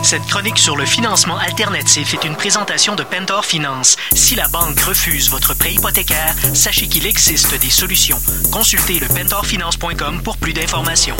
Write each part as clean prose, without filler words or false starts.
Cette chronique sur le financement alternatif est une présentation de Pentor Finance. Si la banque refuse votre prêt hypothécaire, sachez qu'il existe des solutions. Consultez le pentorfinance.com pour plus d'informations.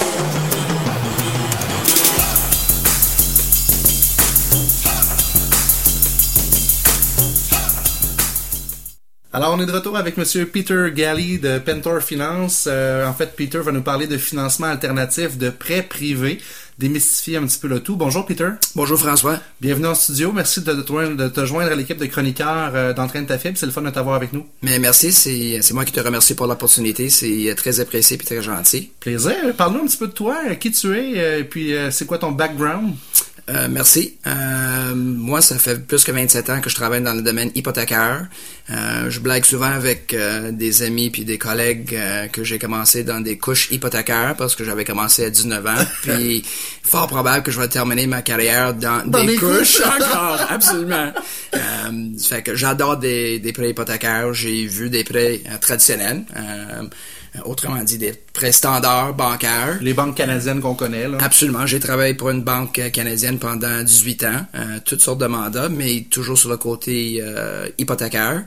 Alors, on est de retour avec M. Peter Galli de Pentor Finance. En fait, Peter va nous parler de financement alternatif de prêts privés, démystifier un petit peu le tout. Bonjour, Peter. Bonjour, François. Bienvenue en studio. Merci de te joindre à l'équipe de chroniqueurs d'Entraîne ta fibre. C'est le fun de t'avoir avec nous. Mais merci, c'est moi qui te remercie pour l'opportunité. C'est très apprécié et très gentil. Plaisir. Parle-nous un petit peu de toi, qui tu es, et puis c'est quoi ton background? Merci. Moi, ça fait plus que 27 ans que je travaille dans le domaine hypothécaire. Je blague souvent avec des amis puis des collègues que j'ai commencé dans des couches hypothécaires parce que j'avais commencé à 19 ans. Puis, fort probable que je vais terminer ma carrière dans des couches encore. Absolument. Ça fait que j'adore des prêts hypothécaires. J'ai vu des prêts traditionnels. Autrement dit, des prêts standards bancaires. Les banques canadiennes qu'on connaît, là. Absolument. J'ai travaillé pour une banque canadienne pendant 18 ans. Toutes sortes de mandats, mais toujours sur le côté hypothécaire.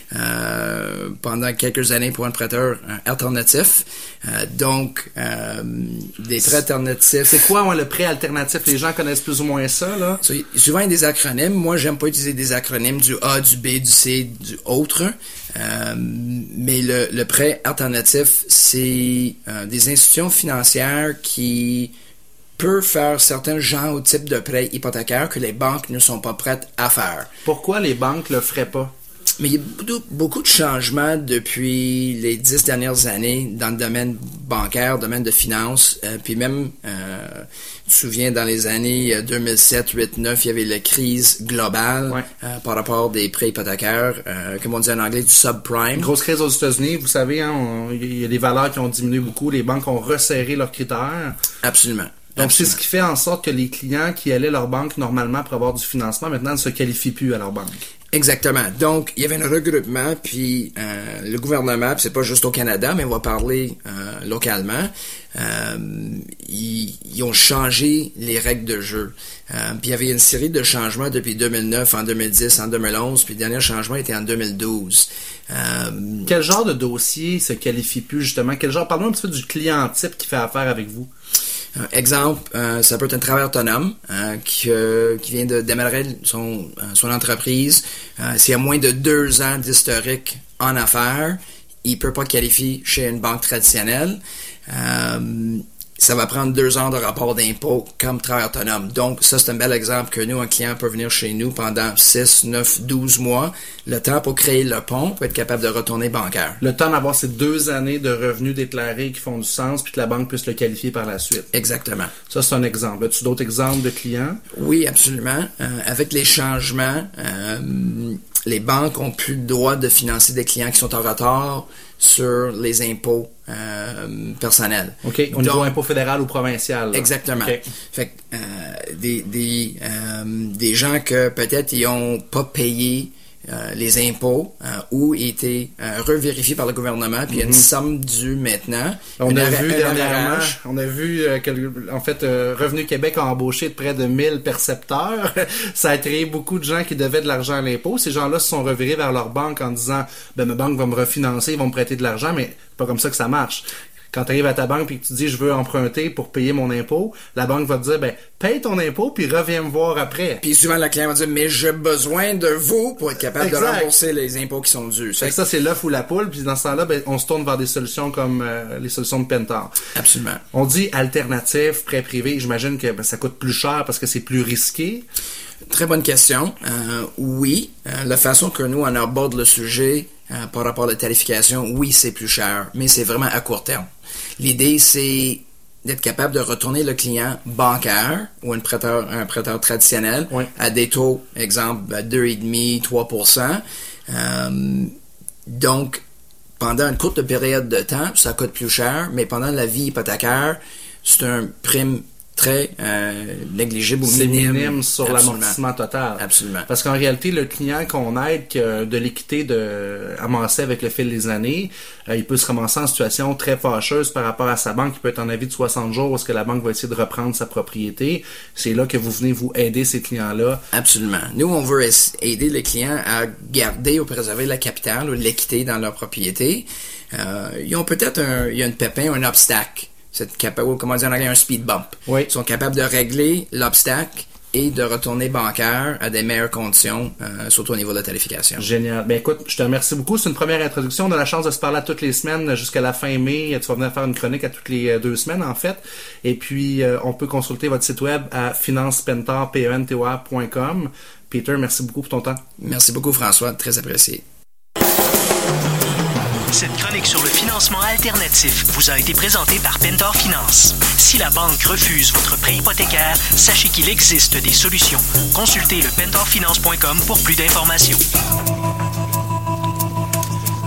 Pendant quelques années pour un prêteur alternatif. Donc, des prêts alternatifs. C'est quoi, le prêt alternatif? Les gens connaissent plus ou moins ça, là? Souvent, il y a des acronymes. Moi, j'aime pas utiliser des acronymes du A, du B, du C, du autre. Mais le prêt alternatif, c'est des institutions financières qui peuvent faire certains genres ou types de prêts hypothécaires que les banques ne sont pas prêtes à faire. Pourquoi les banques le feraient pas? Mais il y a beaucoup de changements depuis les 10 dernières années dans le domaine bancaire, domaine de finance, puis même, tu te souviens, dans les années 2007, 8, 9, il y avait la crise globale par rapport des prêts hypothécaires, comme on dit en anglais, du subprime. Grosse crise aux États-Unis, vous savez, il y a des valeurs qui ont diminué beaucoup, les banques ont resserré leurs critères. Absolument. Donc, c'est ce qui fait en sorte que les clients qui allaient à leur banque normalement pour avoir du financement, maintenant ne se qualifient plus à leur banque. Exactement. Donc, il y avait un regroupement, puis le gouvernement, puis c'est pas juste au Canada, mais on va parler localement, ils ont changé les règles de jeu. Puis il y avait une série de changements depuis 2009, en 2010, en 2011, puis le dernier changement était en 2012. Quel genre de dossier se qualifie plus, justement? Parlons un petit peu du client type qui fait affaire avec vous. Exemple, ça peut être un travailleur autonome qui vient de démarrer son entreprise. S'il y a moins de 2 ans d'historique en affaires, il peut pas qualifier chez une banque traditionnelle. Ça va prendre 2 ans de rapport d'impôt comme travailleur autonome. Donc, ça, c'est un bel exemple que nous, un client peut venir chez nous pendant 6, 9, 12 mois. Le temps pour créer le pont, pour être capable de retourner bancaire. Le temps d'avoir ces 2 années de revenus déclarés qui font du sens, puis que la banque puisse le qualifier par la suite. Exactement. Ça, c'est un exemple. As-tu d'autres exemples de clients? Oui, absolument. Avec les changements, les banques ont plus le droit de financer des clients qui sont en retard sur les impôts personnels. OK. Au niveau impôt fédéral ou provincial. Là. Exactement. Okay. Fait que des gens que peut-être ils ont pas payé les impôts ou été revérifiés par le gouvernement, puis il y a une somme due maintenant. On a vu dernièrement, Revenu Québec a embauché près de 1000 percepteurs. Ça a créé beaucoup de gens qui devaient de l'argent à l'impôt. Ces gens-là se sont revirés vers leur banque en disant « ma banque va me refinancer, ils vont me prêter de l'argent », mais c'est pas comme ça que ça marche. Quand tu arrives à ta banque et que tu dis « je veux emprunter pour payer mon impôt », la banque va te dire « paye ton impôt puis reviens me voir après ». Puis souvent, le client va dire « mais j'ai besoin de vous pour être capable de rembourser les impôts qui sont dus ». Ça, c'est l'œuf ou la poule, puis dans ce temps-là, on se tourne vers des solutions comme les solutions de Pentor. Absolument. On dit alternatif, prêt privé, j'imagine que ça coûte plus cher parce que c'est plus risqué. Très bonne question. Oui, la façon que nous, on aborde le sujet par rapport à la tarification, oui, c'est plus cher, mais c'est vraiment à court terme. L'idée, c'est d'être capable de retourner le client bancaire ou un prêteur traditionnel à des taux, exemple, 2,5, 3%. Donc, pendant une courte période de temps, ça coûte plus cher, mais pendant la vie hypothécaire, c'est un prime très négligible ou c'est minime. minime sur l'amortissement total. Absolument. Parce qu'en réalité, le client qu'on aide, qui a de l'équité amassée avec le fil des années, il peut se ramasser en situation très fâcheuse par rapport à sa banque, qui peut être en avis de 60 jours, où est-ce que la banque va essayer de reprendre sa propriété. C'est là que vous venez vous aider ces clients-là. Absolument. Nous, on veut aider les clients à garder ou préserver la capitale ou l'équité dans leur propriété. Ils ont peut-être il y a un pépin, un obstacle. C'est capable, comment dire en anglais, un speed bump. Oui. Ils sont capables de régler l'obstacle et de retourner bancaire à des meilleures conditions, surtout au niveau de la tarification. Génial. Ben écoute, je te remercie beaucoup. C'est une première introduction. On a la chance de se parler à toutes les semaines jusqu'à la fin mai. Tu vas venir faire une chronique à toutes les 2 semaines, en fait. Et puis, on peut consulter votre site web à financepentor.com. Peter, merci beaucoup pour ton temps. Merci beaucoup, François. Très apprécié. Cette chronique sur le financement alternatif vous a été présentée par Pentor Finance. Si la banque refuse votre prêt hypothécaire, sachez qu'il existe des solutions. Consultez le pentorfinance.com pour plus d'informations.